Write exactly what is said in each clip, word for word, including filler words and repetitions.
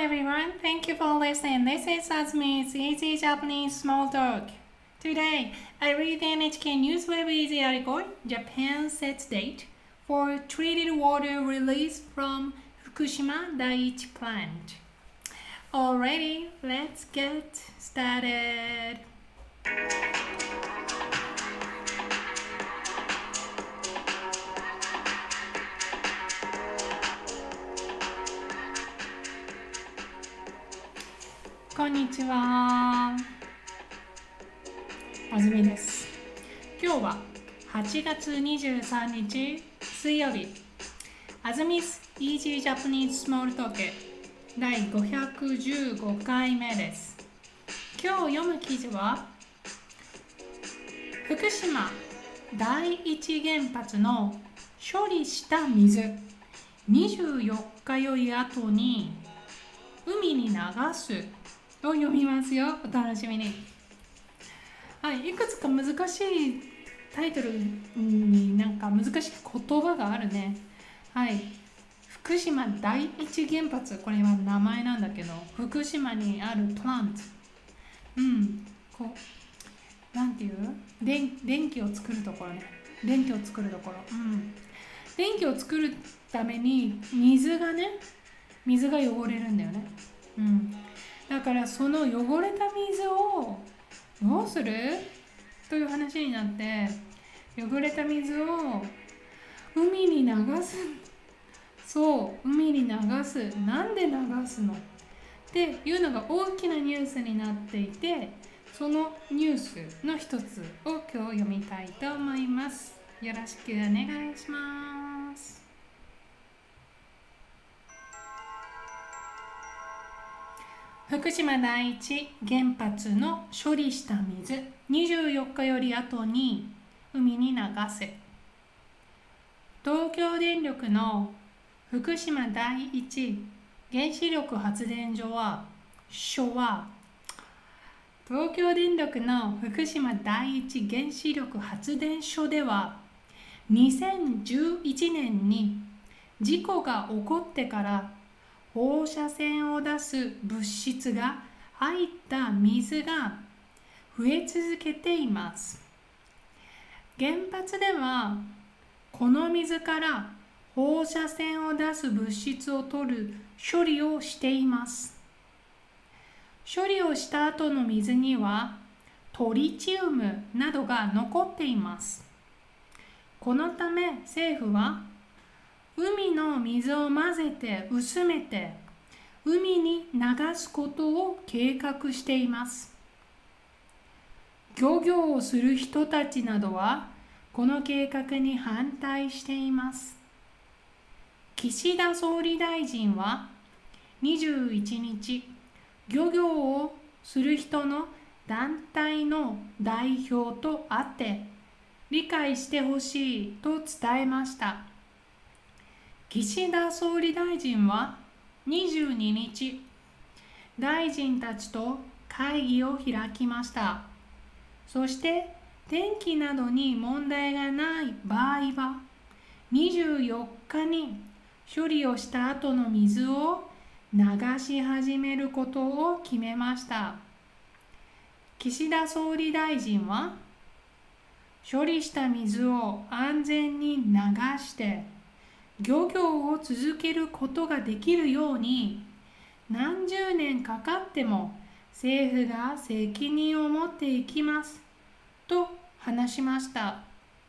everyone, thank you for listening. This is Azmi's Easy Japanese Small Talk. Today, I read the エヌエイチケー Newsweb Easy article, Japan sets date for treated water release from Fukushima Daiichi plant. Alrighty, let's get started. こんにちは。あずみです。今日ははちがつにじゅうさんにち水曜日。あずみ 's Easy Japanese Small Talk だいごひゃくじゅうごかいめです。今日読む記事は福島第一原発の処理した水にじゅうよっかより後に海に流すを読みますよ。お楽しみに。はい、いくつか難しいタイトルになんか難しい言葉があるね。はい、福島第一原発、これは名前なんだけど、福島にあるプラント、うん、こうなんていう電電気を作るところね。電気を作るところ、うん、電気を作るために水がね、水が汚れるんだよね。うん。だからその汚れた水をどうするという話になって、汚れた水を海に流す。そう、海に流す。なんで流すのっていうのが大きなニュースになっていて、そのニュースの一つを今日読みたいと思います。よろしくお願いします。福島第一原発の処理した水にじゅうよっかより後に海に流せ。東京電力の福島第一原子力発電所は所は東京電力の福島第一原子力発電所ではにせんじゅういちねんに事故が起こってから放射線を出す物質が入った水が増え続けています。原発ではこの水から放射線を出す物質を取る処理をしています。処理をした後の水にはトリチウムなどが残っています。このため政府は海の水を混ぜて薄めて海に流すことを計画しています。漁業をする人たちなどはこの計画に反対しています。岸田総理大臣はにじゅういちにち、漁業をする人の団体の代表と会って理解してほしいと伝えました。岸田総理大臣はにじゅうににち、大臣たちと会議を開きました。そして天気などに問題がない場合はにじゅうよっかに処理をした後の水を流し始めることを決めました。岸田総理大臣は処理した水を安全に流して漁業を続けることができるように何十年かかっても政府が責任を持っていきますと話しました。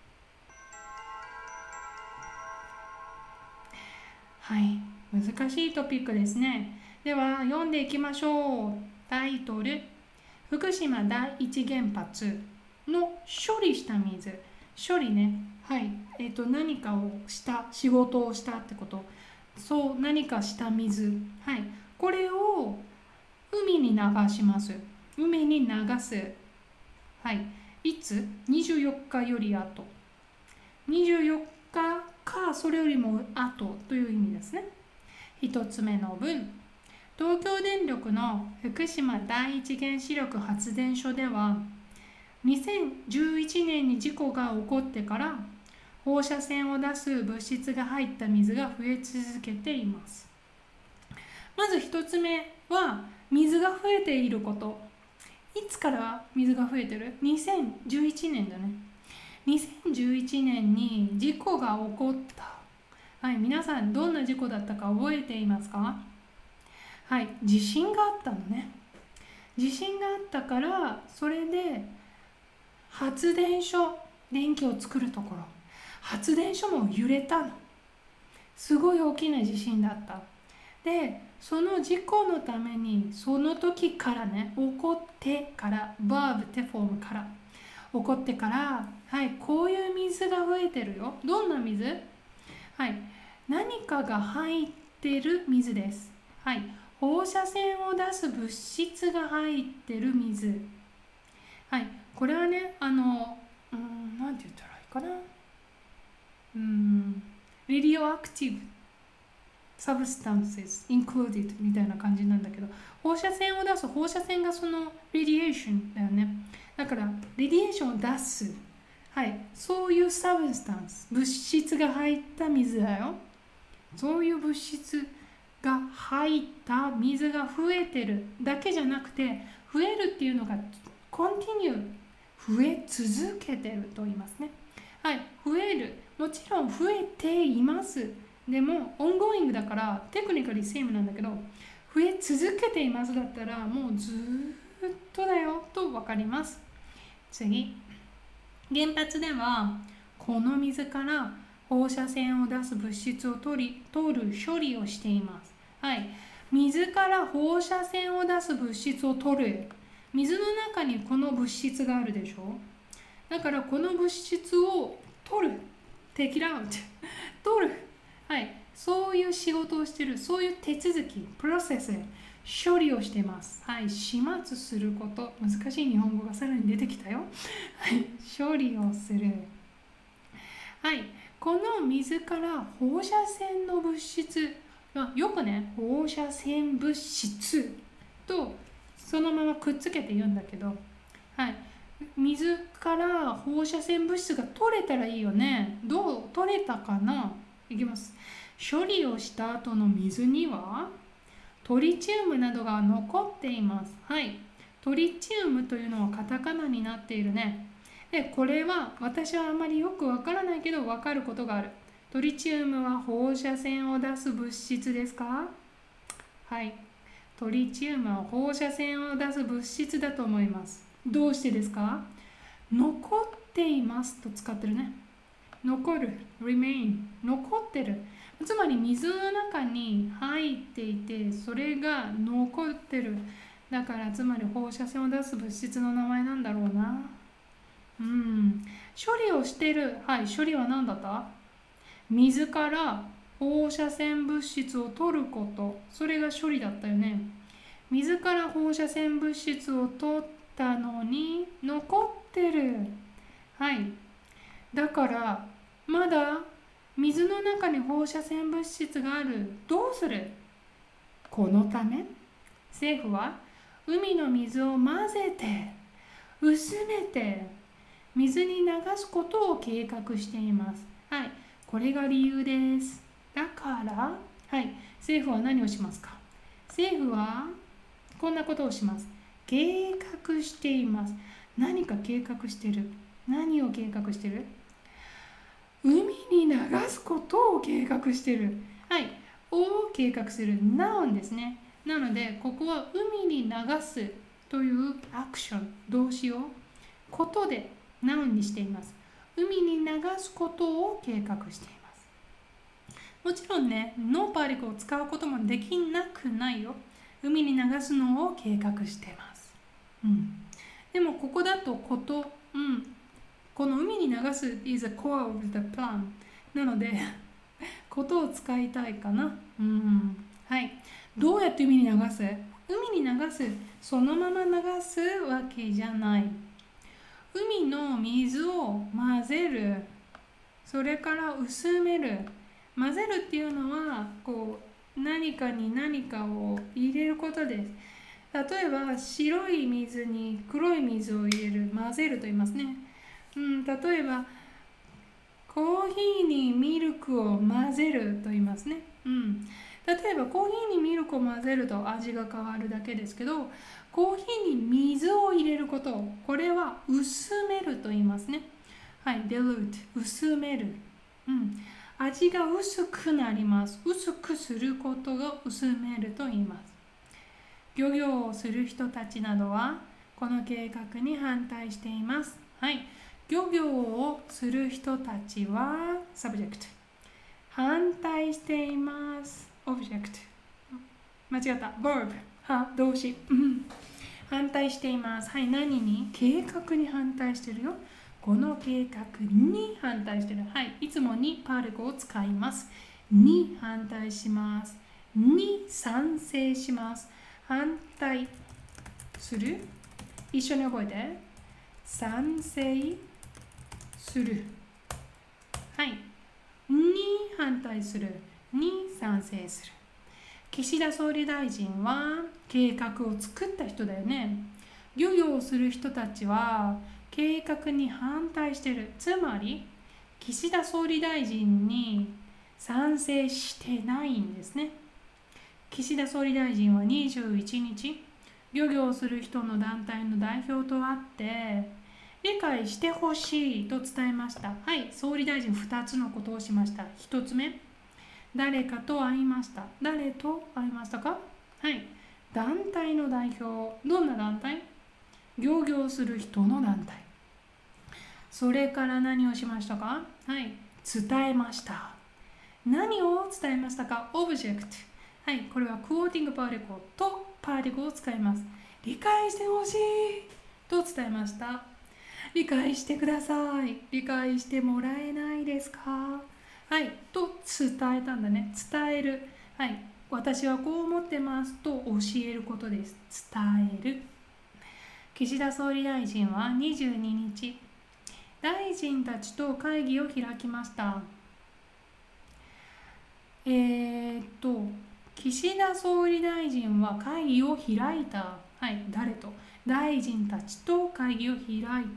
はい、難しいトピックですね。では読んでいきましょう。タイトル、福島第一原発の処理した水。処理ね、はい、えっと何かをした仕事をしたってこと。そう、何かした水、はい、これを海に流します。海に流す。はい、いつにじゅうよっかより後、にじゅうよっかかそれよりも後という意味ですね。一つ目の文、東京電力の福島第一原子力発電所ではにせんじゅういちねんに事故が起こってから放射線を出す物質が入った水が増え続けています。 まず一つ目は水が増えていること。いつから水が増えてる？ にせんじゅういち 年だね。にせんじゅういちねんに事故が起こった。はい、皆さんどんな事故だったか覚えていますか？はい、地震があったのね。地震があったから、それで発電所、電気を作るところ、発電所も揺れたの。すごい大きな地震だった。で、その事故のために、その時からね、起こってから、バーブテフォームから起こってから、はい、こういう水が増えてるよ。どんな水？はい、何かが入ってる水です。はい、放射線を出す物質が入ってる水。はい、これはね、あの、うーん、なんて言ったらいいかな。うーん、radioactive substances included みたいな感じなんだけど、放射線を出す、放射線がその radiation だよね。だから、ラディエーションを出す。はい、そういうサブスタンス、物質が入った水だよ。そういう物質が入った水が増えてるだけじゃなくて、増えるっていうのがコンティニュー、増え続けてると言いますね。はい、増える。もちろん増えています。でも、オンゴーイングだから、テクニカリーセームなんだけど、増え続けていますだったら、もうずっとだよと分かります。次。原発では、この水から放射線を出す物質を取り、取る処理をしています。はい。水から放射線を出す物質を取る。水の中にこの物質があるでしょ。だからこの物質を取る。take it out 取る。はい。そういう仕事をしている。そういう手続き、プロセス、処理をしています。はい。始末すること。難しい日本語がさらに出てきたよ。はい。処理をする。はい。この水から放射線の物質、よくね、放射線物質とそのままくっつけて言うんだけど、はい。水から放射線物質が取れたらいいよね。どう取れたかな？いきます。処理をした後の水にはトリチウムなどが残っています。はい。トリチウムというのはカタカナになっているね。で、これは私はあまりよくわからないけどわかることがある。トリチウムは放射線を出す物質ですか？はい。トリチウムは放射線を出す物質だと思います。どうしてですか？残っていますと使ってるね。残る、remain、残ってる。つまり水の中に入っていて、それが残ってる。だからつまり放射線を出す物質の名前なんだろうな。うん。処理をしてる。はい、処理は何だった？水から放射線物質を取ること。それが処理だったよね。水から放射線物質を取ったのに残ってる。はい。だからまだ水の中に放射線物質がある。どうする？このため政府は海の水を混ぜて薄めて水に流すことを計画しています。はい。これが理由です。だから、はい。政府は何をしますか？政府はこんなことをします。計画しています。何か計画してる。何を計画してる？海に流すことを計画してる。はい。を計画する。ナウンですね。なので、ここは海に流すというアクション、動詞をことでナウンにしています。海に流すことを計画しています。もちろんね、ノーパーリクを使うこともできなくないよ。海に流すのを計画しています。うん。でもここだとこと、うん。この海に流す is a core of the plan なのでことを使いたいかな。うん。はい。どうやって海に流す？海に流す。そのまま流すわけじゃない。海の水を混ぜる。それから薄める。混ぜるっていうのはこう何かに何かを入れることです。例えば白い水に黒い水を入れる。混ぜると言いますね。うん、例えばコーヒーにミルクを混ぜると言いますね。うん、 例えばコーヒーにミルクを混ぜると味が変わるだけですけど、コーヒーに水を入れること、これは薄めると言いますね。はい、dilute、薄める。うん、味が薄くなります。薄くすることが薄めると言います。漁業をする人たちなどはこの計画に反対しています。はい、漁業をする人たちは subject、 反対しています。 object、 間違った verb、 は動詞反対しています。はい、何に？計画に反対してるよ。この計画に反対してる。はい、いつもにパーティクルを使います。に反対します。に賛成します。反対する。一緒に覚えて。賛成する。はい。に反対する。に賛成する。岸田総理大臣は計画を作った人だよね。漁業をする人たちは計画に反対している。つまり岸田総理大臣に賛成してないんですね。岸田総理大臣はにじゅういちにち、漁業をする人の団体の代表と会って理解してほしいと伝えました。はい、総理大臣ふたつのことをしました。ひとつめ、誰かと会いました。誰と会いましたか？はい、団体の代表。どんな団体？漁業する人の団体。それから何をしましたか？はい、伝えました。何を伝えましたか？ object。 はい、これは quoting particle と particle を使います。理解してほしいと伝えました。理解してください。理解してもらえないですか？はい、と伝えたんだね。伝える。はい、私はこう思ってますと教えることです。伝える。岸田総理大臣はにじゅうににち、大臣たちと会議を開きました。えー、っと、岸田総理大臣は会議を開いた。はい、誰と？大臣たちと会議を開いた。はい、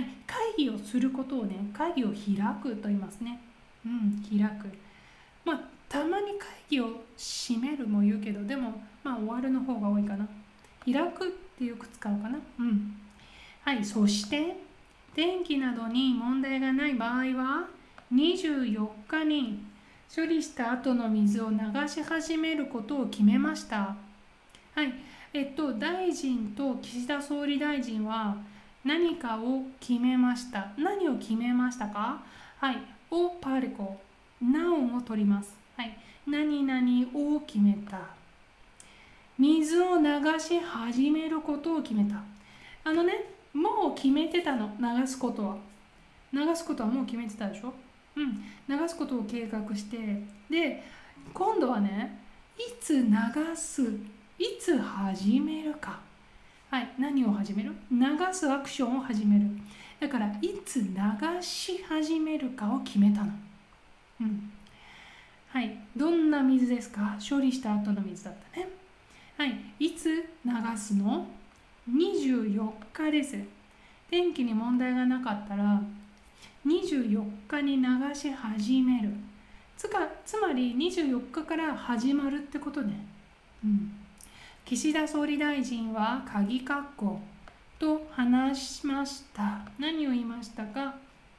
会議をすることをね、会議を開くと言いますね。うん、開く。まあ、たまに会議を閉めるも言うけど、でも、まあ、終わるの方が多いかな。開くってよく使うかな。うん。はい、そして、天気などに問題がない場合は、にじゅうよっかに処理した後の水を流し始めることを決めました。はい、えっと、大臣と岸田総理大臣は何かを決めました。何を決めましたか？はい、をパーティクル、ナウンを取ります。はい、何々を決めた。水を流し始めることを決めた。あのね、もう決めてたの、流すことは。流すことはもう決めてたでしょ？うん、流すことを計画して、で、今度はね、いつ流す、いつ始めるか。はい、何を始める？流すアクションを始める。だから、いつ流し始めるかを決めたの。うん。はい、どんな水ですか？処理した後の水だったね。はい、いつ流すの？にじゅうよっかです。天気に問題がなかったら、にじゅうよっかに流し始める。つか、つまりにじゅうよっかから始まるってことね。うん。岸田総理大臣は鍵括弧と話しました。何を言いましたか？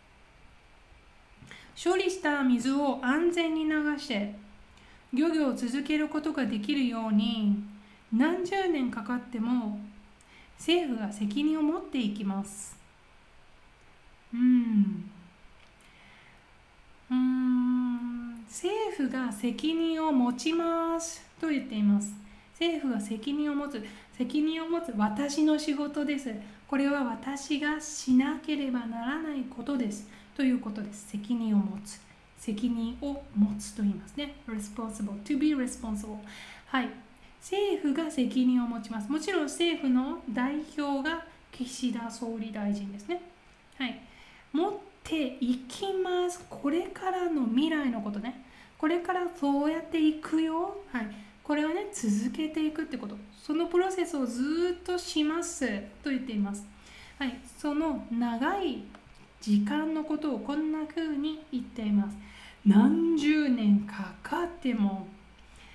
処理した水を安全に流して漁業を続けることができるように何十年かかっても政府が責任を持っていきます。うーん。うーん。政府が責任を持ちますと言っています。政府が責任を持つ。責任を持つ。私の仕事です。これは私がしなければならないことです。ということです。責任を持つ。責任を持つと言いますね。responsible, to be responsible。はい。政府が責任を持ちます。もちろん政府の代表が岸田総理大臣ですね。はい。持っていきます。これからの未来のことね。これからそうやっていくよ。はい。これはね、続けていくってこと。そのプロセスをずっとしますと言っています。はい。その長い時間のことをこんな風に言っています。何十年かかっても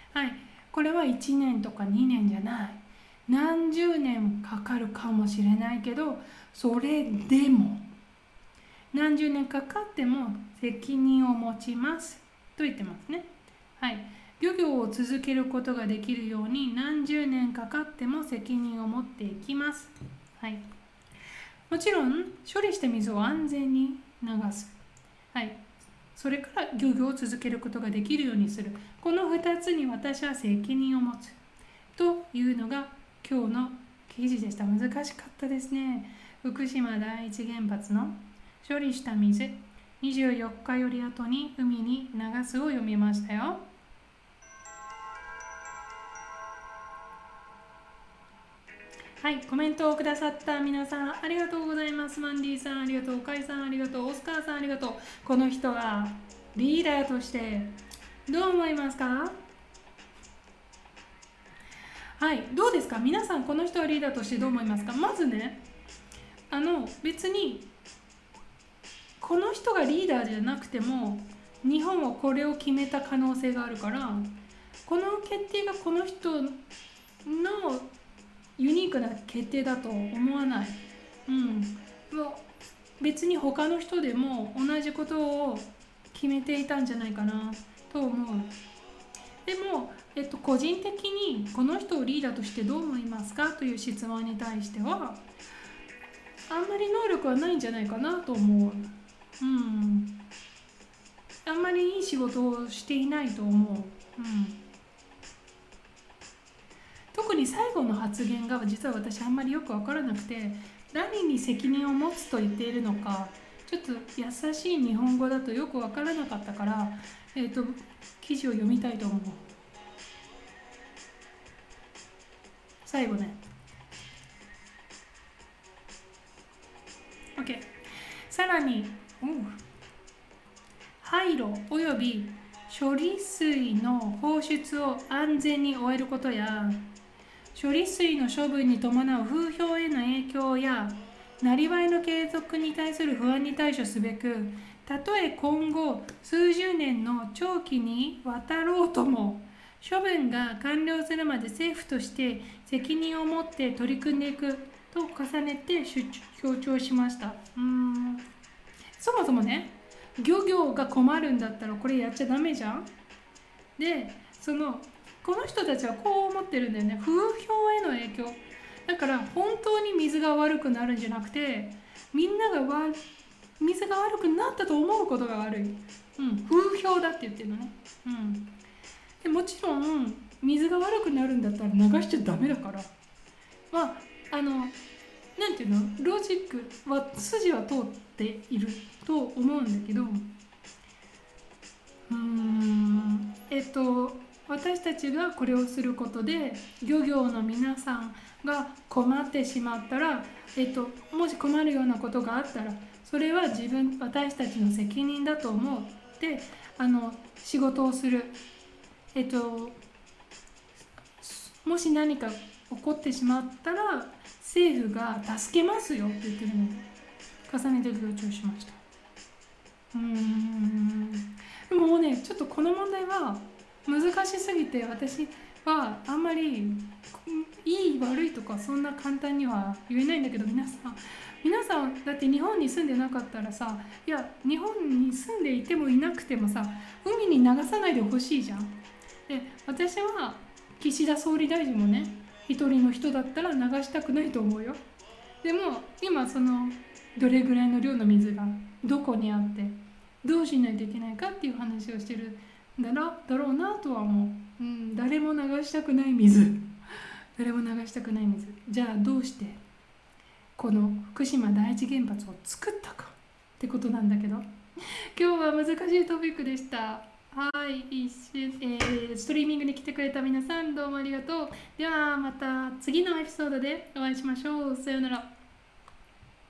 これはいちねんとかにねんじゃない。何十年かかるかもしれないけど、それでも何十年かかっても責任を持ちますと言ってますね。はい。漁業を続けることができるように何十年かかっても責任を持っていきます。はい。もちろん処理した水を安全に流す。はい。それから漁業を続けることができるようにする。このふたつに私は責任を持つというのが今日の記事でした。難しかったですね。福島第一原発の処理した水にじゅうよっかより後に海に流すを読みましたよ。はい、コメントをくださった皆さんありがとうございます。マンディさんありがとう、カイさんありがとう、オスカーさんありがとう。この人はリーダーとしてどう思いますか？はい、どうですか皆さん、この人はリーダーとしてどう思いますか？まずね、あの別にこの人がリーダーじゃなくても日本はこれを決めた可能性があるから、この決定がこの人のユニークな決定だと思わない。うん、もう別に他の人でも同じことを決めていたんじゃないかなと思う。でも、えっと、個人的にこの人をリーダーとしてどう思いますかという質問に対してはあんまり能力はないんじゃないかなと思う。うん、あんまりいい仕事をしていないと思う。うん、特に最後の発言が実は私あんまりよく分からなくて、何に責任を持つと言っているのかちょっと優しい日本語だとよく分からなかったから、えーと、記事を読みたいと思う。最後ね。 OK。 さらに廃炉および処理水の放出を安全に終えることや、処理水の処分に伴う風評への影響やなりわいの継続に対する不安に対処すべく、たとえ今後数十年の長期にわたろうとも処分が完了するまで政府として責任を持って取り組んでいくと重ねて強調しました。うーんそもそもね、漁業が困るんだったらこれやっちゃダメじゃん。で、そのこの人たちはこう思ってるんだよね。風評への影響だから、本当に水が悪くなるんじゃなくて、みんながわ水が悪くなったと思うことが悪い、うん、風評だって言ってるのね。うん、でもちろん水が悪くなるんだったら流しちゃダメだから、まああのなんていうの、ロジックは筋は通っていると思うんだけど、うーんえっと私たちがこれをすることで漁業の皆さんが困ってしまったら、えっと、もし困るようなことがあったらそれは自分私たちの責任だと思ってあの仕事をする。えっともし何か起こってしまったら政府が助けますよって言ってるのを重ねて強調しました。うーんでももうね、ちょっとこの問題は難しすぎて私はあんまりいい悪いとかそんな簡単には言えないんだけど、皆さん皆さんだって日本に住んでなかったらさ、いや日本に住んでいてもいなくてもさ、海に流さないでほしいじゃん。で、私は岸田総理大臣もね、一人の人だったら流したくないと思うよ。でも今そのどれぐらいの量の水がどこにあってどうしないといけないかっていう話をしてるんだろだろうなとは思う。うん、誰も流したくない水誰も流したくない水。じゃあどうしてこの福島第一原発を作ったかってことなんだけど、今日は難しいトピックでした。はい、一瞬、えー、ストリーミングに来てくれた皆さんどうもありがとう。ではまた次のエピソードでお会いしましょう。さようなら。